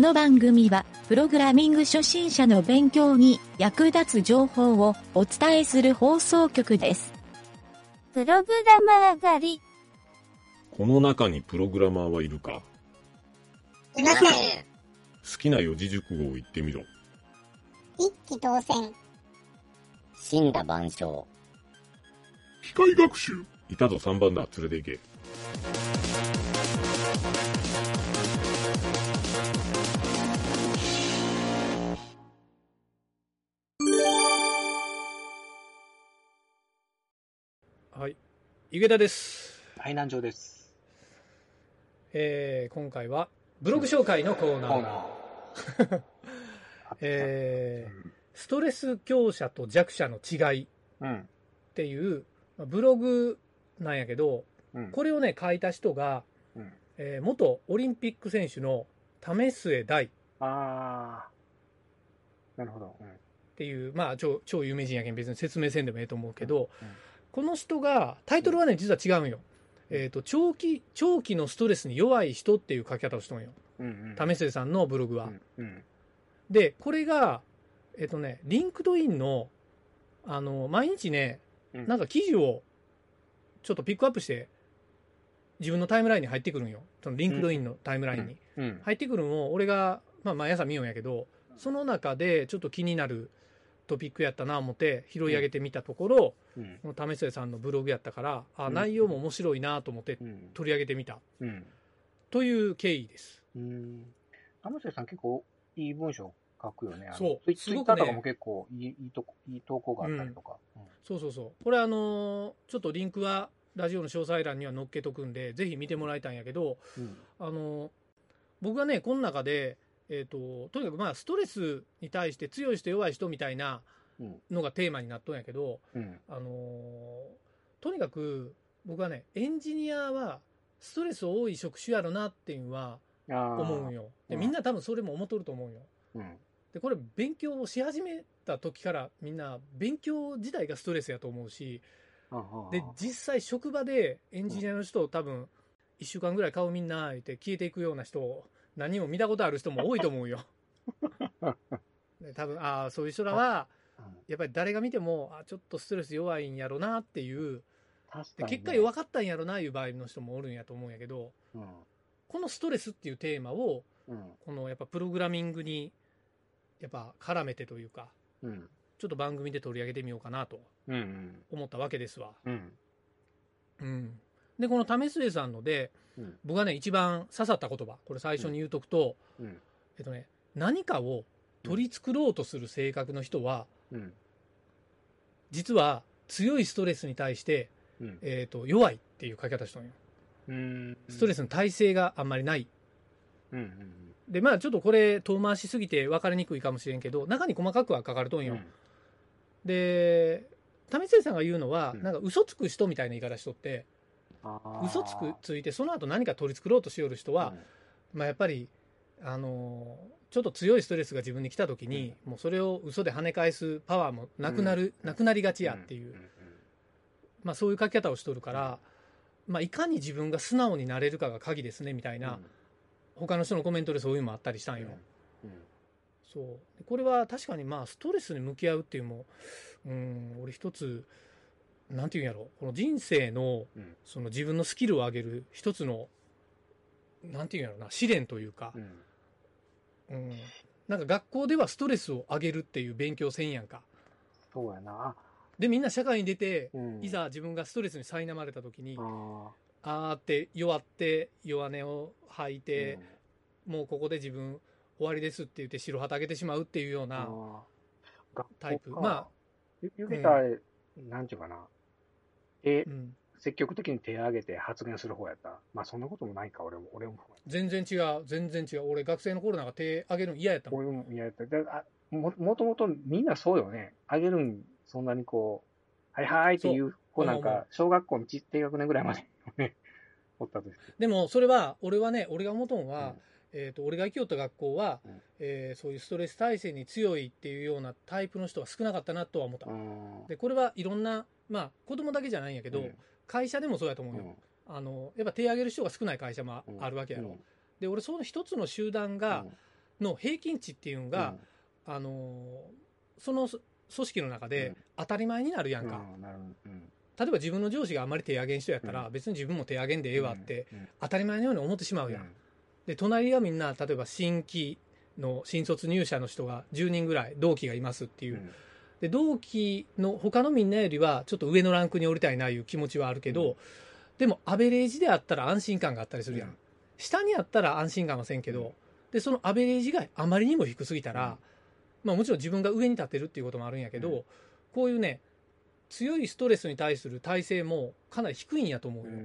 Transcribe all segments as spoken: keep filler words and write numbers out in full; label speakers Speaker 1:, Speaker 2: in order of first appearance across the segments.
Speaker 1: の番組は、プログラミング初心者の勉強に役立つ情報をお伝えする放送局です。
Speaker 2: プログラマー狩り。
Speaker 3: この中にプログラマーはいるか？
Speaker 4: いません。
Speaker 3: 好きな四字熟語を言ってみろ。
Speaker 4: 一気当選。
Speaker 5: 死んだ万象。
Speaker 3: 機械学習。いたぞさんばんだ、連れて行け。
Speaker 6: はい、池田です。
Speaker 7: はい、南條です。
Speaker 6: えー、今回はブログ紹介のコーナー。
Speaker 7: コーナー
Speaker 6: えー、ストレス強者と弱者の違いっていう、まあ、ブログなんやけど、うん、これをね書いた人が、うんえー、元オリンピック選手の為末大。
Speaker 7: あー、なるほど。うん、
Speaker 6: っていうまあ 超, 超有名人やけん別に説明せんでもええと思うけど。うんうんこの人がタイトルはね実は違うんよ、えーと、長期長期のストレスに弱い人っていう書き方をしとんよ、うんうん、為末さんのブログは、うんうん、でこれがえっ、ー、とねリンクドインのあの毎日ね、うん、なんか記事をちょっとピックアップして自分のタイムラインに入ってくるんよ。そのリンクドインのタイムラインに、うんうん、入ってくるのを俺が、まあ、毎朝見ようんやけどその中でちょっと気になるトピックやったな思って拾い上げてみたところ、うん、この為末さんのブログやったから、あ、うん、内容も面白いなと思って取り上げてみた、うん、という経緯です。
Speaker 7: うん、為末さん結構いい文章書くよね。
Speaker 6: そう
Speaker 7: すごくね、ツイッターとかも結構いい、いいとこいい投稿があったりとか、
Speaker 6: うんうん、そうそうそう。これあのー、ちょっとリンクはラジオの詳細欄には載っけとくんでぜひ見てもらいたいんやけど、うん、あのー、僕がねこの中でえーと、とにかくまあストレスに対して強い人弱い人みたいなのがテーマになっとんやけど、うん、あのー、とにかく僕はねエンジニアはストレス多い職種やろなっていうのは思うんよ。でみんな多分それも思っとると思うよ、うん、でこれ勉強をし始めた時からみんな勉強自体がストレスやと思うし、で実際職場でエンジニアの人を多分いっしゅうかんぐらい顔みんなって消えていくような人を何も見たことある人も多いと思うよで多分あそういう人らはやっぱり誰が見てもあちょっとストレス弱いんやろなっていうで結果弱かったんやろないう場合の人もおるんやと思うんやけど、うん、このストレスっていうテーマを、うん、このやっぱプログラミングにやっぱ絡めてというか、うん、ちょっと番組で取り上げてみようかなと思ったわけですわ、うんうん、でこの為末さんのでうん、僕がね一番刺さった言葉これ最初に言うとくと、うん、えっとね何かを取り繕ろうとする性格の人は、うん、実は強いストレスに対して、うんえー、と弱いっていう書き方したんよ、うん、ストレスの耐性があんまりない、うんうんうん、でまあちょっとこれ遠回しすぎて分かりにくいかもしれんけど中に細かくは書かれとんよ、うん、で為末さんが言うのは、うん、なんか嘘つく人みたいな言い方しとって嘘つくついてその後何か取り繕ろうとしよる人は、うんまあ、やっぱり、あのー、ちょっと強いストレスが自分に来た時に、うん、もうそれを嘘で跳ね返すパワーもなくなる、うん、なくなりがちやっていう、うんまあ、そういう書き方をしとるから、まあ、いかに自分が素直になれるかが鍵ですねみたいな、うん、他の人のコメントでそういうのもあったりしたんよ、うんうん、そうこれは確かにまあストレスに向き合うっていうのも、うん、俺一つなんていうんやろこの人生のその自分のスキルを上げる一つのなんていうんやろな試練というか、うんうん、なんか学校ではストレスを上げるっていう勉強せんやんか。
Speaker 7: そうやな。
Speaker 6: でみんな社会に出て、うん、いざ自分がストレスに苛まれた時にあーって弱って弱音を吐いて、うん、もうここで自分終わりですって言って白旗あげてしまうっていうようなタイプ。まあ
Speaker 7: ゆゆげた、うん、なんていうかな。え、うん、積極的に手を挙げて発言する方やった。まあそんなこともないか、俺も。俺も
Speaker 6: 全然違う、全然違う。俺学生の頃なんか手挙げるの嫌やったもん。
Speaker 7: 俺も嫌やった。であ も, もともとみんなそうよね。挙げるん、そんなにこう、はいはいっていう子なんか、小学校の低学年ぐらいまで、ね、おったとして。
Speaker 6: でもそれは、俺はね、俺が思うのは、うんえーと、俺が行きよった学校は、うんえー、そういうストレス耐性に強いっていうようなタイプの人は少なかったなとは思った。でこれはいろんなまあ子供だけじゃないんやけど、うん、会社でもそうやと思うよ、うん、あのやっぱ手挙げる人が少ない会社もあるわけやろ、うん、で俺その一つの集団が、 の平均値っていうのが、あのその組織の中で当たり前になるやんか、
Speaker 7: うんなるうん
Speaker 6: 例えば自分の上司があまり手上げん人やったら、別に自分も手上げんでええわって当たり前のように思ってしまうやん、で隣はみんな例えば新規の新卒入社の人がじゅうにんぐらい同期がいますっていう、で同期の他のみんなよりはちょっと上のランクに降りたいないう気持ちはあるけど、うん、でもアベレージであったら安心感があったりするやん、うん、下にあったら安心感はせんけど、うん、でそのアベレージがあまりにも低すぎたら、うんまあ、もちろん自分が上に立ってるっていうこともあるんやけど、うん、こういうね強いストレスに対する耐性もかなり低いんやと思うよ、うん、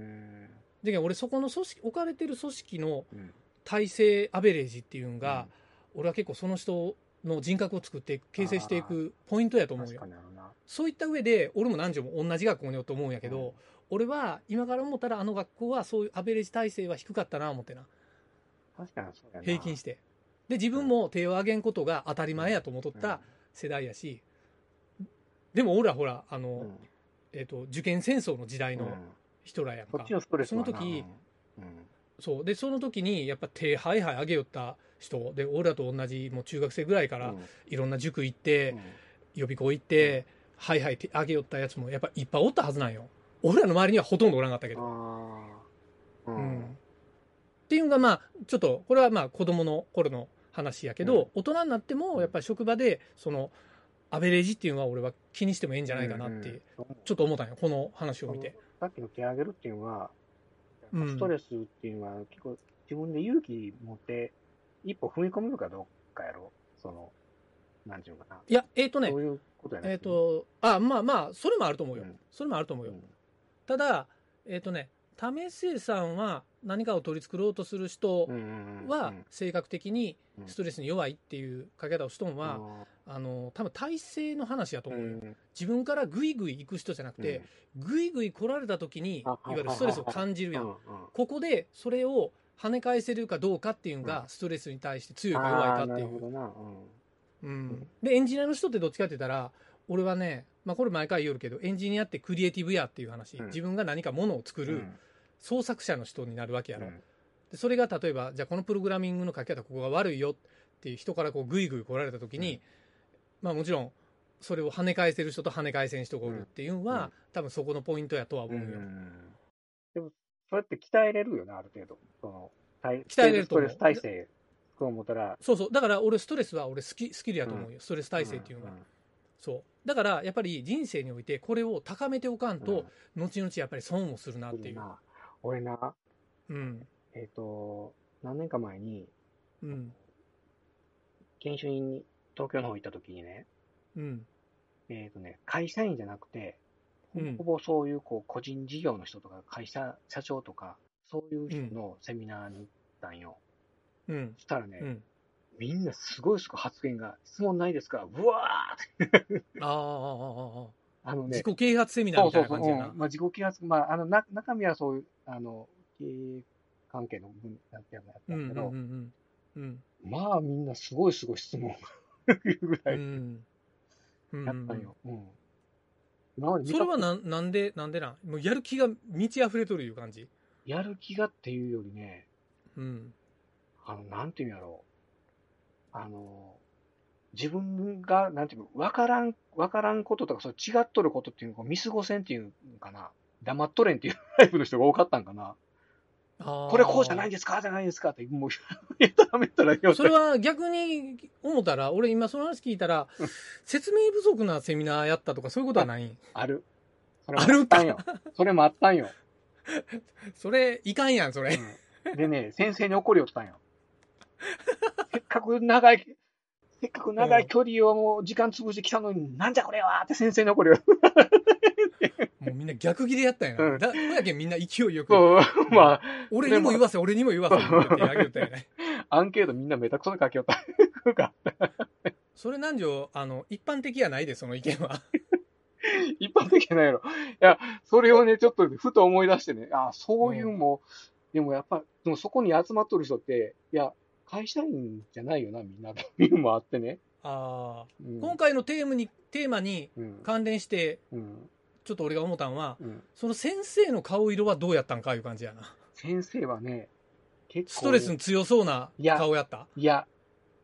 Speaker 6: で俺そこの組織置かれてる組織の耐性アベレージっていうのが、うん、俺は結構その人の人格を作って形成していくポイントやと思うよ。そういった上で俺も何時も同じ学校におると思うんやけど、うん、俺は今から思ったらあの学校はそういうアベレージ体制は低かったな思ってな。
Speaker 7: 確かにそうやな。
Speaker 6: 平均してで自分も手を挙げんことが当たり前やと思っとった世代やし、でも俺はほらあの、うんえー、と受験戦争の時代の人らやんか、
Speaker 7: うん、そっちのストレス
Speaker 6: その時、うん、そうでその時にやっぱ手ハイハイ上げよった人で俺らと同じもう中学生ぐらいからいろんな塾行って、うん、予備校行って、うん、ハイハイ上げよったやつもやっぱいっぱいおったはずなんよ。俺らの周りにはほとんどおらんかったけど、うんうん、っていうのがまあちょっとこれはまあ子供の頃の話やけど、うん、大人になってもやっぱり職場でそのアベレージっていうのは俺は気にしてもいいんじゃないかなってちょっと思ったんよこの話を見て。
Speaker 7: さっきの手上げるっていうのはストレスっていうのは結構自分で勇気持って一歩踏み込めるかどうかやろ。そのなんていうのかな。
Speaker 6: いやえっ、ー、とね
Speaker 7: そういうことやね。
Speaker 6: えっ、ー、とあまあまあそれもあると思うよ、うん、それもあると思うよ、うん、ただえっ、ー、とね為末さんは何かを取り繕ろうとする人は性格的にストレスに弱いっていう書き方をしとんは、うん、あの多分体制の話やと思うよ、うん、自分からグイグイ行く人じゃなくて、うん、グイグイ来られた時にいわゆるストレスを感じるやん、うん、ここでそれを跳ね返せるかどうかっていうのがストレスに対して強いか弱いかっていう、うんうん、でエンジニアの人ってどっちかって言ったら俺はね、まあ、これ毎回言うけどエンジニアってクリエイティブやっていう話、うん、自分が何かものを作る創作者の人になるわけやろ、うん、でそれが例えばじゃあこのプログラミングの書き方ここが悪いよっていう人からこうグイグイ来られた時に、うんまあ、もちろんそれを跳ね返せる人と跳ね返せん人がおるっていうのは、うん、多分そこのポイントやとは思うよ、うん、
Speaker 7: でもそうやって鍛えれるよなある程度その
Speaker 6: 鍛えれると思う。
Speaker 7: ストレス耐性と思ったら
Speaker 6: そうそうだから俺ストレスは俺スキ、スキルやと思うよ、うん、ストレス耐性っていうのは、うんうん、そうだからやっぱり人生においてこれを高めておかんと、うん、後々やっぱり損をするなっていう。
Speaker 7: 俺な、
Speaker 6: うん、
Speaker 7: えっ、ー、と何年か前に、
Speaker 6: うん、
Speaker 7: 研修に東京の方行った時にね、
Speaker 6: うん、
Speaker 7: えっ、ー、とね会社員じゃなくて、うん、ほぼそういうこう個人事業の人とか会社社長とかそういう人のセミナーに行ったんよ。
Speaker 6: うん、
Speaker 7: そしたらね、
Speaker 6: うん、
Speaker 7: みんなすごいすごい発言が質問ないですかブワーって
Speaker 6: ああ
Speaker 7: あのね
Speaker 6: 自己啓発セミナーみたいな感じやな。
Speaker 7: そうそうそう、うんまあ、自己啓発まああのな中身はそういうあの経営関係の分やったやったけど、うんうんうんうん、まあみんなすごいすごい質問ぐらい、うんうん、やったんよ。うん今まで
Speaker 6: それはななんでなんでなんもうやる気が満ち溢れとるいう感じ。
Speaker 7: やる気がっていうよりね、
Speaker 6: うん、
Speaker 7: あのなんていうんやろうあの自分がなんていうの分からん分からんこととかそう違っとることっていうのを見過ごせんっていうのかな黙っとれんっていうタイプの人が多かったんかな。あこれこうじゃないですかじゃないですかってもうやったらめったらよ
Speaker 6: それは逆に思ったら俺今その話聞いたら説明不足なセミナーやったとかそういうことはないん
Speaker 7: あるそれもあったんよそれもあったんよ
Speaker 6: それいかんやんそれ、
Speaker 7: うん、でね先生に怒りよったんよせっかく長いせっかく長い距離をもう時間潰してきたのに、うん、なんじゃこれはって先生に怒るよ
Speaker 6: もうみんな逆ギレやったんやな、うん、だこやけんみんな勢いよく、
Speaker 7: まあ、
Speaker 6: 俺にも言わせ俺にも言わせってあげよったよね
Speaker 7: アンケートみんなめたくそで書きよった
Speaker 6: それなんじょあの一般的やないでその意見は
Speaker 7: 一般的じゃないやろ。いや、それをね、ちょっとふと思い出してね、あそういうも、うん、でもやっぱ、でもそこに集まっとる人って、いや、会社員じゃないよな、みんなというのもあってね。
Speaker 6: ああ、うん、今回のテーマに、テーマに関連して、うん、ちょっと俺が思ったのは、うん、その先生の顔色はどうやったんかいう感じやな。
Speaker 7: 先生はね、
Speaker 6: 結構、ね、ストレスに強そうな顔やった。
Speaker 7: いや、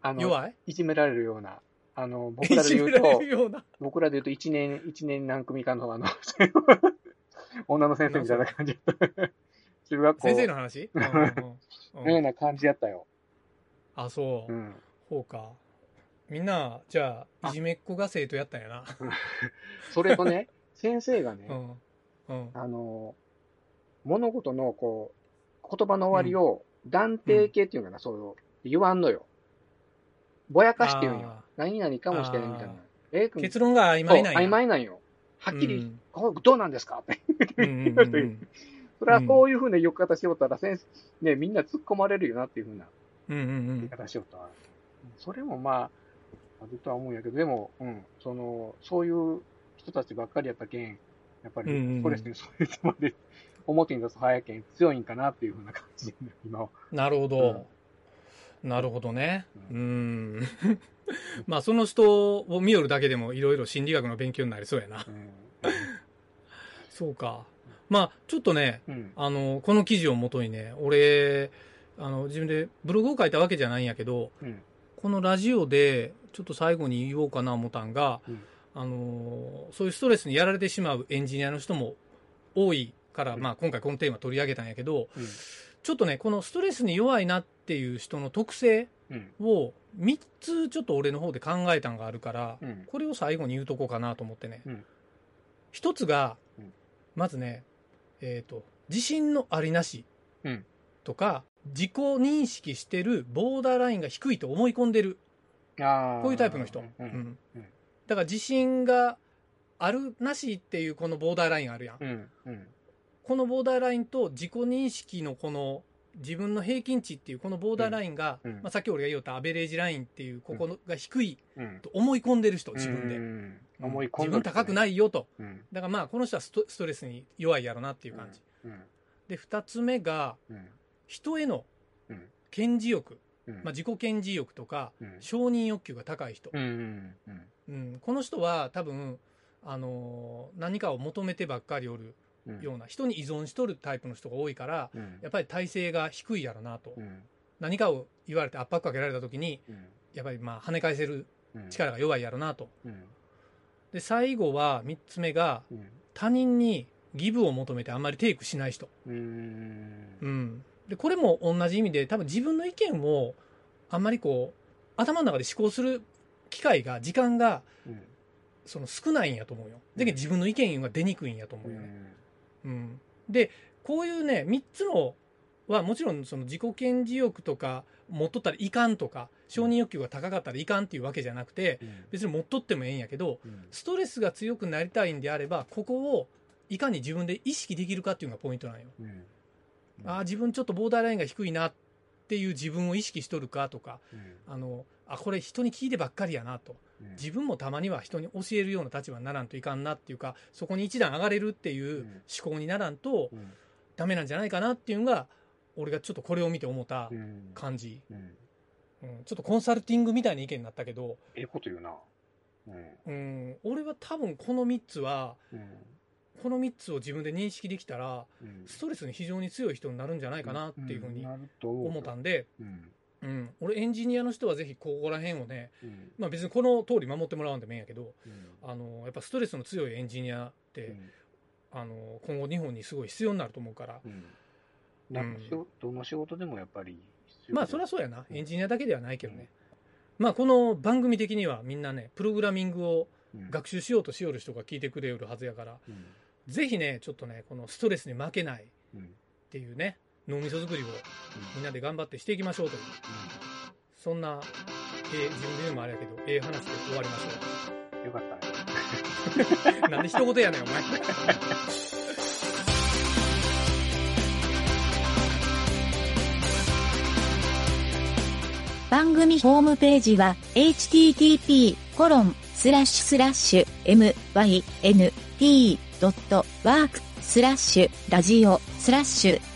Speaker 7: あの、
Speaker 6: 弱い
Speaker 7: いじめられるような、あの、僕らで言う
Speaker 6: いじめら
Speaker 7: と
Speaker 6: れ、るような。
Speaker 7: 僕らで言うと一年、一年何組かのあの、女の先生みたいな感じだった。中学校。
Speaker 6: 先生の話うんうんうん
Speaker 7: のような感じやったよ。
Speaker 6: あ、そう。
Speaker 7: うん。
Speaker 6: ほうか。みんな、じゃあ、いじめっ子が生徒やったんやな。
Speaker 7: それとね、先生がね、
Speaker 6: うん。うん。
Speaker 7: あの、物事のこう、言葉の終わりを断定形っていうのかな、そう言わんのよ。ぼやかして言うんよ
Speaker 6: あ。
Speaker 7: 何々かもしれないみたいな
Speaker 6: あ。
Speaker 7: えー
Speaker 6: 結論が曖昧なんや。
Speaker 7: そう曖昧なんよ。はっきり、
Speaker 6: うん
Speaker 7: こうどうなんですかって。
Speaker 6: うんうんうんうん
Speaker 7: それはこういうふうな言い方しよったら、先生、ね、みんな突っ込まれるよなっていうふうな
Speaker 6: うんうんう
Speaker 7: 言い
Speaker 6: ん。
Speaker 7: 方しよったら、それもまあ、あるとは思うんやけど、でも、うん、その、そういう人たちばっかりやったけん、やっぱり
Speaker 6: うんうんうん
Speaker 7: ストレスにそういう人まで表に出す早いけん強いんかなっていうふうな感じで、今は。
Speaker 6: なるほど。なるほどね。うーん。まあ、その人を見よるだけでもいろいろ心理学の勉強になりそうやな。
Speaker 7: うん
Speaker 6: そうか。まあ、ちょっとね、
Speaker 7: うん
Speaker 6: あの、この記事をもとにね、俺、あの、自分でブログを書いたわけじゃないんやけど、
Speaker 7: うん
Speaker 6: このラジオで、ちょっと最後に言おうかな思ったんが、
Speaker 7: うん
Speaker 6: あの、そういうストレスにやられてしまうエンジニアの人も多いから、まあ、今回このテーマ取り上げたんやけど、
Speaker 7: うん
Speaker 6: ちょっとね、このストレスに弱いなっていう人の特性
Speaker 7: うん
Speaker 6: をみっつちょっと俺の方で考えたんがあるから、
Speaker 7: うん
Speaker 6: これを最後に言うとこうかなと思ってね。
Speaker 7: うん
Speaker 6: 一つが
Speaker 7: うん、
Speaker 6: まずね、えっと、自信のありなし
Speaker 7: うん
Speaker 6: とか、自己認識してるボーダーラインが低いと思い込んでる。
Speaker 7: あー
Speaker 6: こういうタイプの人。
Speaker 7: う
Speaker 6: うんん
Speaker 7: うん
Speaker 6: だから自信があるなしっていうこのボーダーラインあるやん。
Speaker 7: うんうん
Speaker 6: このボーダーラインと自己認識のこの自分の平均値っていうこのボーダーラインが、
Speaker 7: うんうん
Speaker 6: まあ、さっき俺が言ったアベレージラインっていうここのが低い
Speaker 7: うん
Speaker 6: と思い込んでる人、自分で。
Speaker 7: うん
Speaker 6: うん
Speaker 7: 思い込ん
Speaker 6: 自分高くないいよと。
Speaker 7: うん
Speaker 6: だからまあこの人はストストレスに弱いやろなっていう感じ。
Speaker 7: うん
Speaker 6: で、二つ目が
Speaker 7: うん
Speaker 6: 人への
Speaker 7: うん
Speaker 6: 顕示欲、
Speaker 7: うん
Speaker 6: まあ、自己顕示欲とか
Speaker 7: うん
Speaker 6: 承認欲求が高い人。
Speaker 7: うんうんうん
Speaker 6: うん、この人は多分、あのー何かを求めてばっかりおる
Speaker 7: うん
Speaker 6: ような人に依存しとるタイプの人が多いから、
Speaker 7: うん
Speaker 6: やっぱり体勢が低いやろなと、
Speaker 7: うん
Speaker 6: 何かを言われて圧迫かけられた時に
Speaker 7: うん
Speaker 6: やっぱりまあ跳ね返せる
Speaker 7: うん
Speaker 6: 力が弱いやろなと。
Speaker 7: うん
Speaker 6: で最後はみっつめが
Speaker 7: うん
Speaker 6: 他人にギブを求めてあんまりテイクしない人、
Speaker 7: うん
Speaker 6: うん、でこれも同じ意味で多分自分の意見をあんまりこう頭の中で思考する機会が時間が
Speaker 7: うん
Speaker 6: その少ないんやと思うよ。だけど自分の意見が出にくいんやと思うよね。うん、でこういうねみっつのはもちろんその自己顕示欲とか持っとったらいかんとか承認欲求が高かったらいかんっていうわけじゃなくて、
Speaker 7: うん
Speaker 6: 別に持っとってもええんやけど
Speaker 7: うん
Speaker 6: ストレスが強くなりたいんであればここをいかに自分で意識できるかっていうのがポイントなんよ。
Speaker 7: うん
Speaker 6: あー自分ちょっとボーダーラインが低いなっていう自分を意識しとるかとか
Speaker 7: うん
Speaker 6: あのあこれ人に聞いてばっかりやなと
Speaker 7: うん
Speaker 6: 自分もたまには人に教えるような立場にならんといかんなっていうかそこに一段上がれるっていう思考にならんと
Speaker 7: うん
Speaker 6: ダメなんじゃないかなっていうのが俺がちょっとこれを見て思った
Speaker 7: うん
Speaker 6: 感じ、
Speaker 7: うん
Speaker 6: うん、ちょっとコンサルティングみたいな意見になったけど、
Speaker 7: ええこと言うな。うん
Speaker 6: うん、俺は多分このみっつは
Speaker 7: うん
Speaker 6: このみっつを自分で認識できたら
Speaker 7: うん
Speaker 6: ストレスに非常に強い人になるんじゃないかなっていうふうに
Speaker 7: なると思う
Speaker 6: 思ったんで、
Speaker 7: うん
Speaker 6: うん、俺エンジニアの人はぜひここら辺をね、
Speaker 7: うん
Speaker 6: まあ、別にこの通り守ってもらわんでもいいんやけど
Speaker 7: うん
Speaker 6: あのやっぱストレスの強いエンジニアって、あの今後日本にすごい必要になると思うから、
Speaker 7: うんなんかしょどの仕事でもやっぱり必要
Speaker 6: まあそりゃそうやな
Speaker 7: うん
Speaker 6: エンジニアだけではないけどね、まあこの番組的にはみんなねプログラミングを
Speaker 7: うん
Speaker 6: 学習しようとしよる人が聞いてくれるはずやから
Speaker 7: うん
Speaker 6: ぜひねちょっとねこのストレスに負けないっ
Speaker 7: うん
Speaker 6: ていうね脳みそ作りをみんなで頑張ってしていきましょうというそんな、えー自分で言うのもあれやけどええ話で終わりまし
Speaker 7: うんよかったね。
Speaker 6: ょうなんで一言やねんお前
Speaker 1: 番組ホームページは エイチティーティーピーコロンスラッシュスラッシュエムワイエヌティードットワークスラッシュラジオスラッシュ